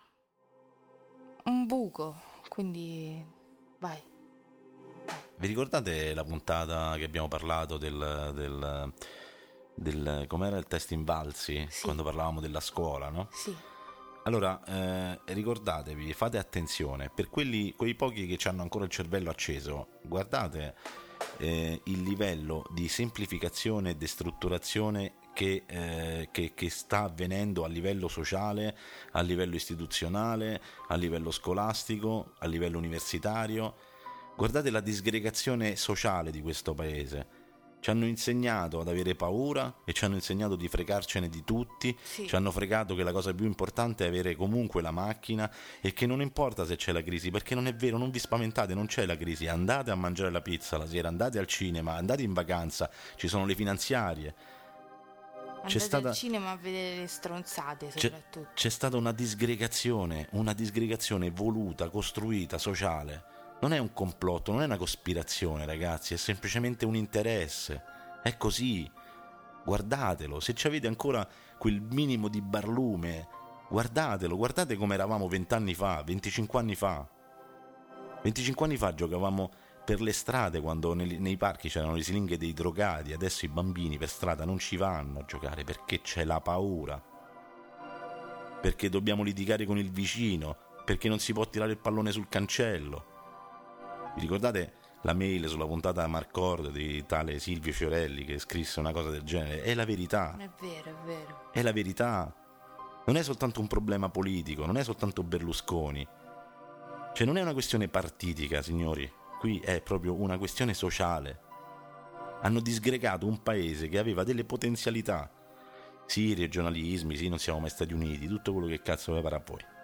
buco, quindi vai. Vi ricordate la puntata che abbiamo parlato del com'era il test Invalsi? Sì. Quando parlavamo della scuola, no? Sì. Allora, ricordatevi, fate attenzione, per quei pochi che hanno ancora il cervello acceso, guardate il livello di semplificazione e destrutturazione che sta avvenendo a livello sociale, a livello istituzionale, a livello scolastico, a livello universitario. Guardate la disgregazione sociale di questo paese. Ci hanno insegnato ad avere paura e ci hanno insegnato di fregarcene di tutti, sì. Ci hanno fregato che la cosa più importante è avere comunque la macchina e che non importa se c'è la crisi, perché non è vero, non vi spaventate, non c'è la crisi, andate a mangiare la pizza la sera, andate al cinema, andate in vacanza, ci sono le finanziarie. Andate al cinema a vedere le stronzate soprattutto. C'è stata una disgregazione voluta, costruita, sociale. Non è un complotto, non è una cospirazione, ragazzi, è semplicemente un interesse. È così. Guardatelo, se ci avete ancora quel minimo di barlume, guardatelo, guardate come eravamo 20 anni fa, 25 anni fa. 25 anni fa giocavamo per le strade, quando nei parchi c'erano le siringhe dei drogati. Adesso i bambini per strada non ci vanno a giocare perché c'è la paura, perché dobbiamo litigare con il vicino, perché non si può tirare il pallone sul cancello. Vi ricordate la mail sulla puntata Marcord di tale Silvio Fiorelli che scrisse una cosa del genere. È la verità. È vero, è vero. È la verità. Non è soltanto un problema politico, non è soltanto Berlusconi. Cioè non è una questione partitica, signori. Qui è proprio una questione sociale. Hanno disgregato un paese che aveva delle potenzialità. Sì, regionalismi, sì, non siamo mai stati uniti, tutto quello che cazzo vi pare a voi.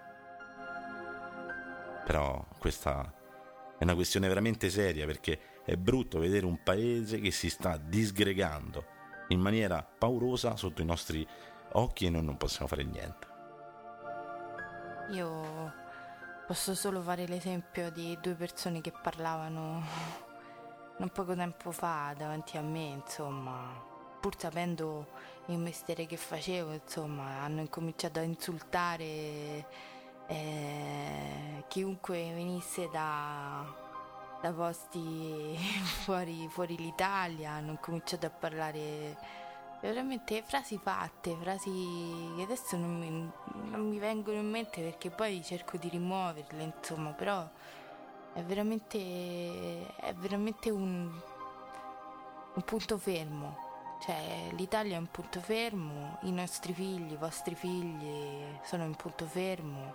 Però questa è una questione veramente seria, perché è brutto vedere un paese che si sta disgregando in maniera paurosa sotto i nostri occhi e noi non possiamo fare niente. Io posso solo fare l'esempio di due persone che parlavano non poco tempo fa davanti a me, insomma, pur sapendo il mestiere che facevo, insomma, hanno incominciato a insultare chiunque venisse da posti fuori l'Italia. Hanno cominciato a parlare veramente frasi fatte, frasi che adesso non mi vengono in mente perché poi cerco di rimuoverle, insomma, però è veramente un punto fermo. Cioè l'Italia è un punto fermo, i nostri figli, i vostri figli sono in punto fermo,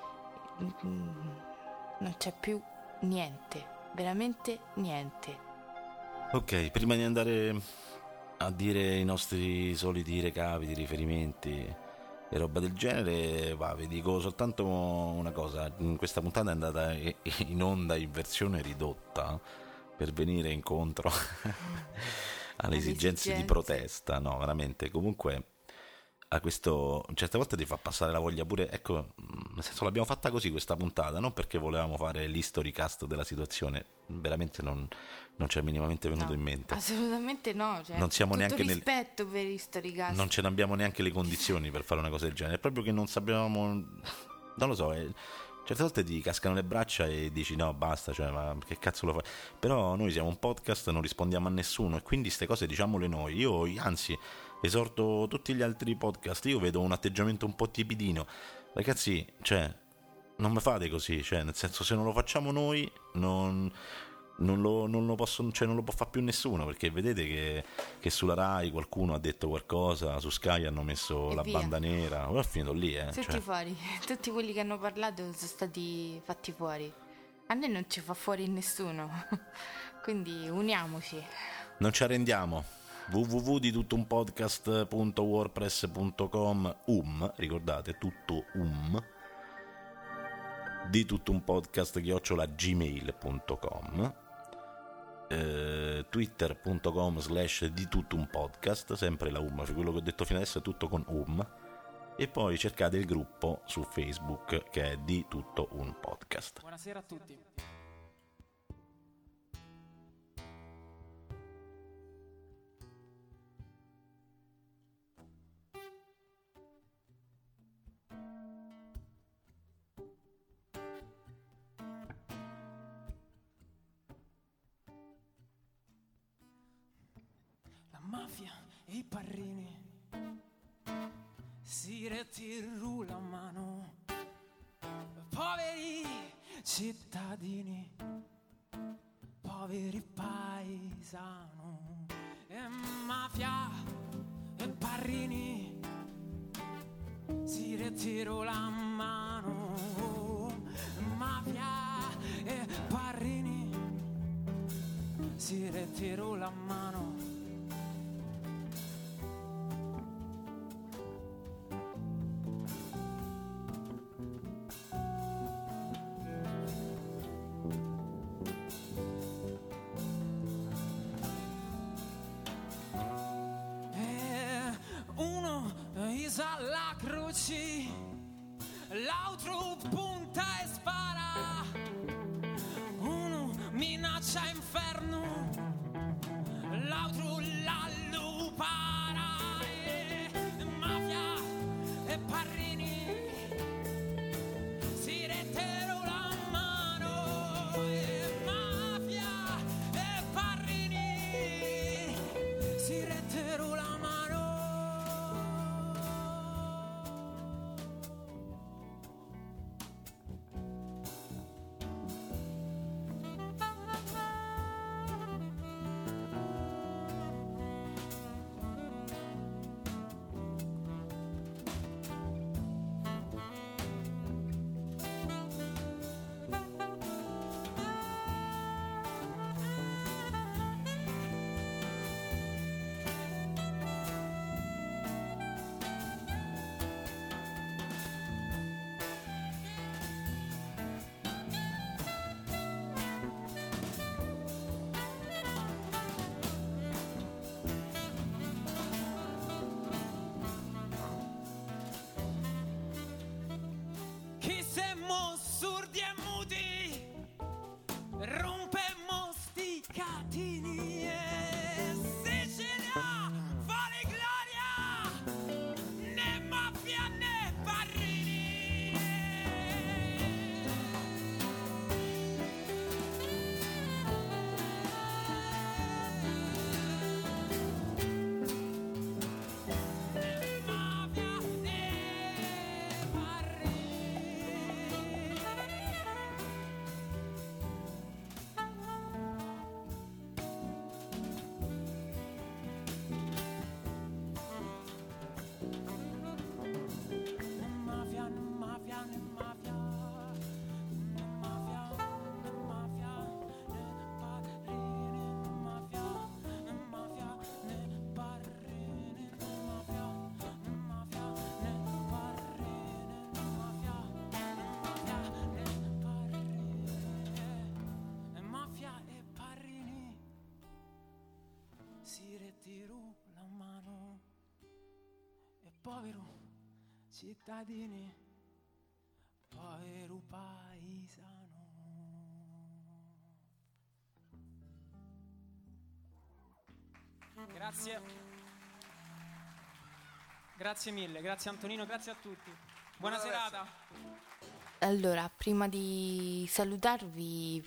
non c'è più niente, veramente niente. Ok, prima di andare a dire i nostri soliti recapiti, riferimenti e roba del genere, vi dico soltanto una cosa: questa puntata è andata in onda in versione ridotta per venire incontro alle esigenze di protesta, no, veramente. Comunque a questo certe volte ti fa passare la voglia pure, ecco, nel senso, l'abbiamo fatta così questa puntata, non perché volevamo fare l'historycast della situazione, veramente non ci è minimamente venuto in mente. Assolutamente no, cioè, non siamo tutto neanche rispetto per l'historycast. Non ce ne abbiamo neanche le condizioni per fare una cosa del genere, è proprio che non sapevamo, non lo so, certe volte ti cascano le braccia e dici no, basta, cioè, ma che cazzo lo fai? Però noi siamo un podcast, non rispondiamo a nessuno e quindi queste cose diciamole noi. Io anzi esorto tutti gli altri podcast, io vedo un atteggiamento un po' tepidino, ragazzi, cioè non mi fate così, cioè nel senso, se non lo facciamo noi non lo posso, cioè non lo può fare più nessuno, perché vedete che sulla Rai qualcuno ha detto qualcosa, su Sky hanno messo e la via. Banda nera, ora è finito lì, Tutti fuori, tutti quelli che hanno parlato sono stati fatti fuori. A noi non ci fa fuori nessuno, quindi uniamoci. Non ci arrendiamo. www.dituttounpodcast.wordpress.com ricordate, tutto di tutto un podcast @gmail.com, twitter.com/di tutto un podcast, sempre la quello che ho detto fino adesso è tutto con e poi cercate il gruppo su Facebook che è Di Tutto Un Podcast. Buonasera a tutti. La mafia e i parrini si retirano la mano, poveri cittadini, poveri paesano, e mafia e parrini si retirano la mano, mafia e parrini si retirano la mano. Alla croce, l'altro punta e spara, uno minaccia inferno, l'altro l'allo para, mafia e parrini si rettero la mano, mafia e parrini si rettero la mano. povero cittadini, povero paesano. Grazie mille, grazie Antonino, grazie a tutti. Buona serata. Allora, prima di salutarvi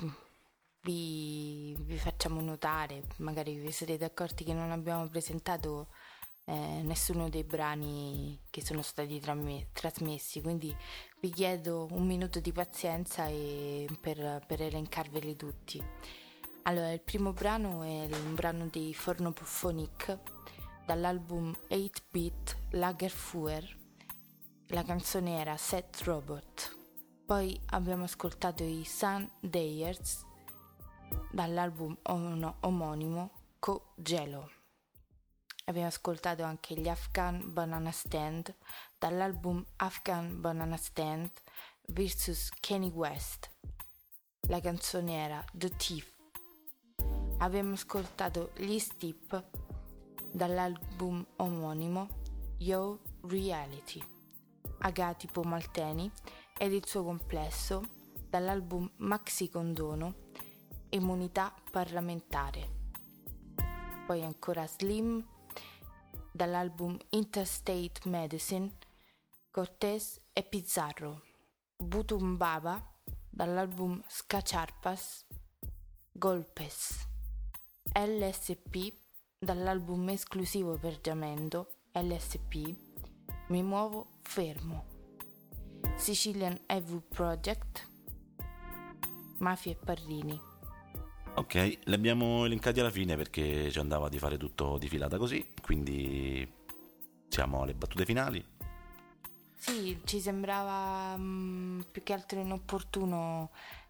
vi facciamo notare, magari vi sarete accorti che non abbiamo presentato nessuno dei brani che sono stati trasmessi, quindi vi chiedo un minuto di pazienza per elencarveli tutti. Allora, il primo brano è un brano dei Fornophonic dall'album 8-Bit Lagerfeuer. La canzone era Set Robot. Poi abbiamo ascoltato i Sundayers dall'album omonimo Co-Gelo. Abbiamo ascoltato anche gli Afghan Banana Stand dall'album Afghan Banana Stand vs Kanye West. La canzone era The Thief. Abbiamo ascoltato gli Steep dall'album omonimo Yo Reality. Agatipo Malteni ed il suo complesso dall'album Maxi Condono Immunità Parlamentare. Poi ancora Slim dall'album Interstate Medicine Cortez e Pizarro. Butum Baba dall'album Scacharpas Golpes. LSP dall'album esclusivo per Giamendo LSP Mi muovo fermo. Sicilian EV Project Mafia e Parrini. Ok, li abbiamo elencati alla fine perché ci andava di fare tutto di filata così, quindi siamo alle battute finali. Sì, ci sembrava più che altro inopportuno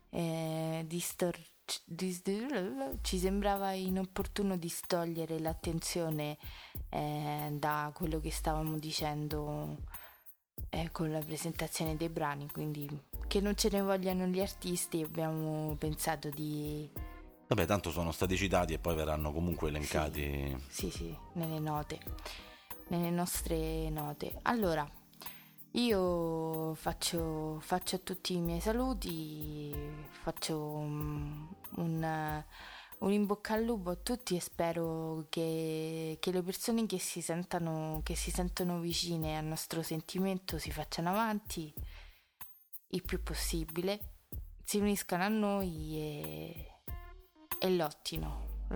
ci sembrava inopportuno distogliere l'attenzione da quello che stavamo dicendo con la presentazione dei brani, quindi che non ce ne vogliano gli artisti, abbiamo pensato di... Vabbè, tanto sono stati citati e poi verranno comunque elencati. Sì, nelle nostre note. Allora, io faccio a tutti i miei saluti, faccio un in bocca al lupo a tutti e spero che le persone che si sentono vicine al nostro sentimento si facciano avanti il più possibile, si uniscano a noi e lottino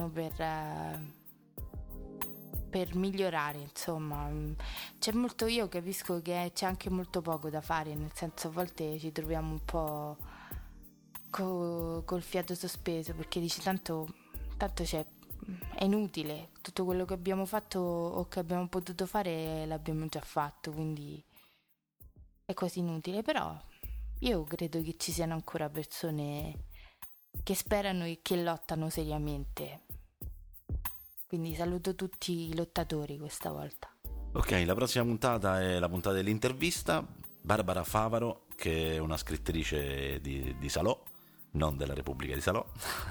per migliorare, insomma. C'è molto, io capisco che c'è anche molto poco da fare, nel senso a volte ci troviamo un po' col fiato sospeso perché dici tanto è inutile, tutto quello che abbiamo fatto o che abbiamo potuto fare l'abbiamo già fatto, quindi è quasi inutile, però io credo che ci siano ancora persone che sperano e che lottano seriamente. Quindi saluto tutti i lottatori questa volta. Ok, la prossima puntata è la puntata dell'intervista. Barbara Favaro, che è una scrittrice di Salò, non della Repubblica di Salò.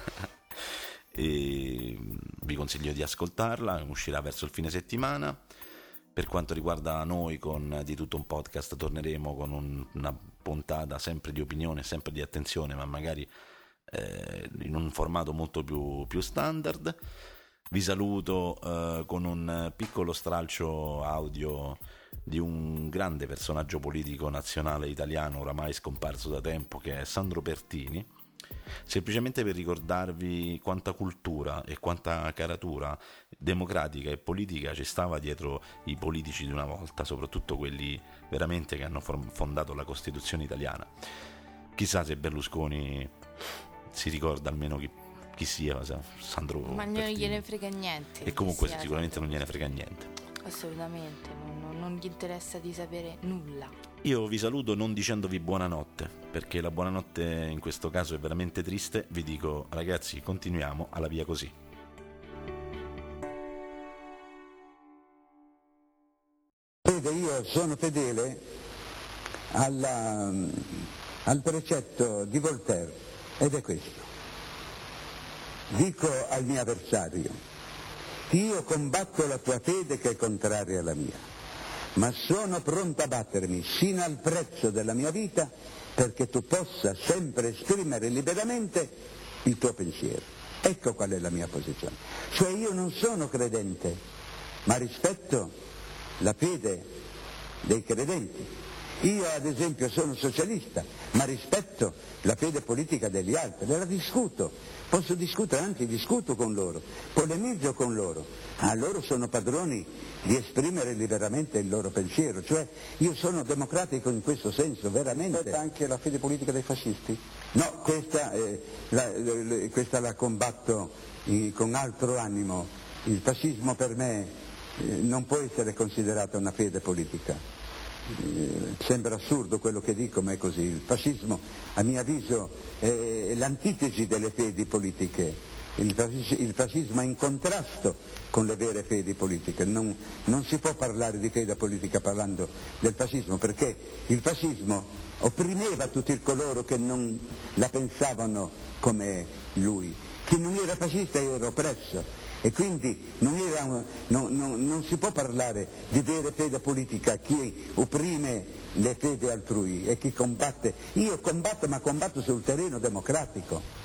E vi consiglio di ascoltarla, uscirà verso il fine settimana. Per quanto riguarda noi con Di Tutto un Podcast torneremo con una puntata sempre di opinione, sempre di attenzione, ma magari in un formato molto più standard. Vi saluto con un piccolo stralcio audio di un grande personaggio politico nazionale italiano oramai scomparso da tempo, che è Sandro Pertini, semplicemente per ricordarvi quanta cultura e quanta caratura democratica e politica ci stava dietro i politici di una volta, soprattutto quelli veramente che hanno fondato la Costituzione italiana. Chissà se Berlusconi si ricorda almeno chi sia Sandro Ma Pertini. non gliene frega niente. E comunque sicuramente non gliene frega niente. Assolutamente, non gli interessa di sapere nulla. Io vi saluto non dicendovi buonanotte, perché la buonanotte in questo caso è veramente triste. Vi dico, ragazzi, continuiamo alla via così. Vede, io sono fedele al precetto di Voltaire, ed è questo. Dico al mio avversario: io combatto la tua fede che è contraria alla mia. ma sono pronto a battermi sino al prezzo della mia vita perché tu possa sempre esprimere liberamente il tuo pensiero. Ecco qual è la mia posizione. Cioè io non sono credente, ma rispetto la fede dei credenti. Io ad esempio sono socialista, ma rispetto la fede politica degli altri, la discuto, posso discutere, anzi discuto con loro, polemizzo con loro, loro sono padroni di esprimere liberamente il loro pensiero, cioè io sono democratico in questo senso, veramente. Aspetta anche la fede politica dei fascisti? No, questa la combatto con altro animo, il fascismo per me non può essere considerato una fede politica. Sembra assurdo quello che dico, ma è così. Il fascismo, a mio avviso, è l'antitesi delle fedi politiche. Il fascismo è in contrasto con le vere fedi politiche. Non si può parlare di fede politica parlando del fascismo, perché il fascismo opprimeva tutti coloro che non la pensavano come lui. Chi non era fascista era oppresso. E quindi non si può parlare di vera fede politica chi opprime le fedi altrui e chi combatte. Io combatto, ma combatto sul terreno democratico.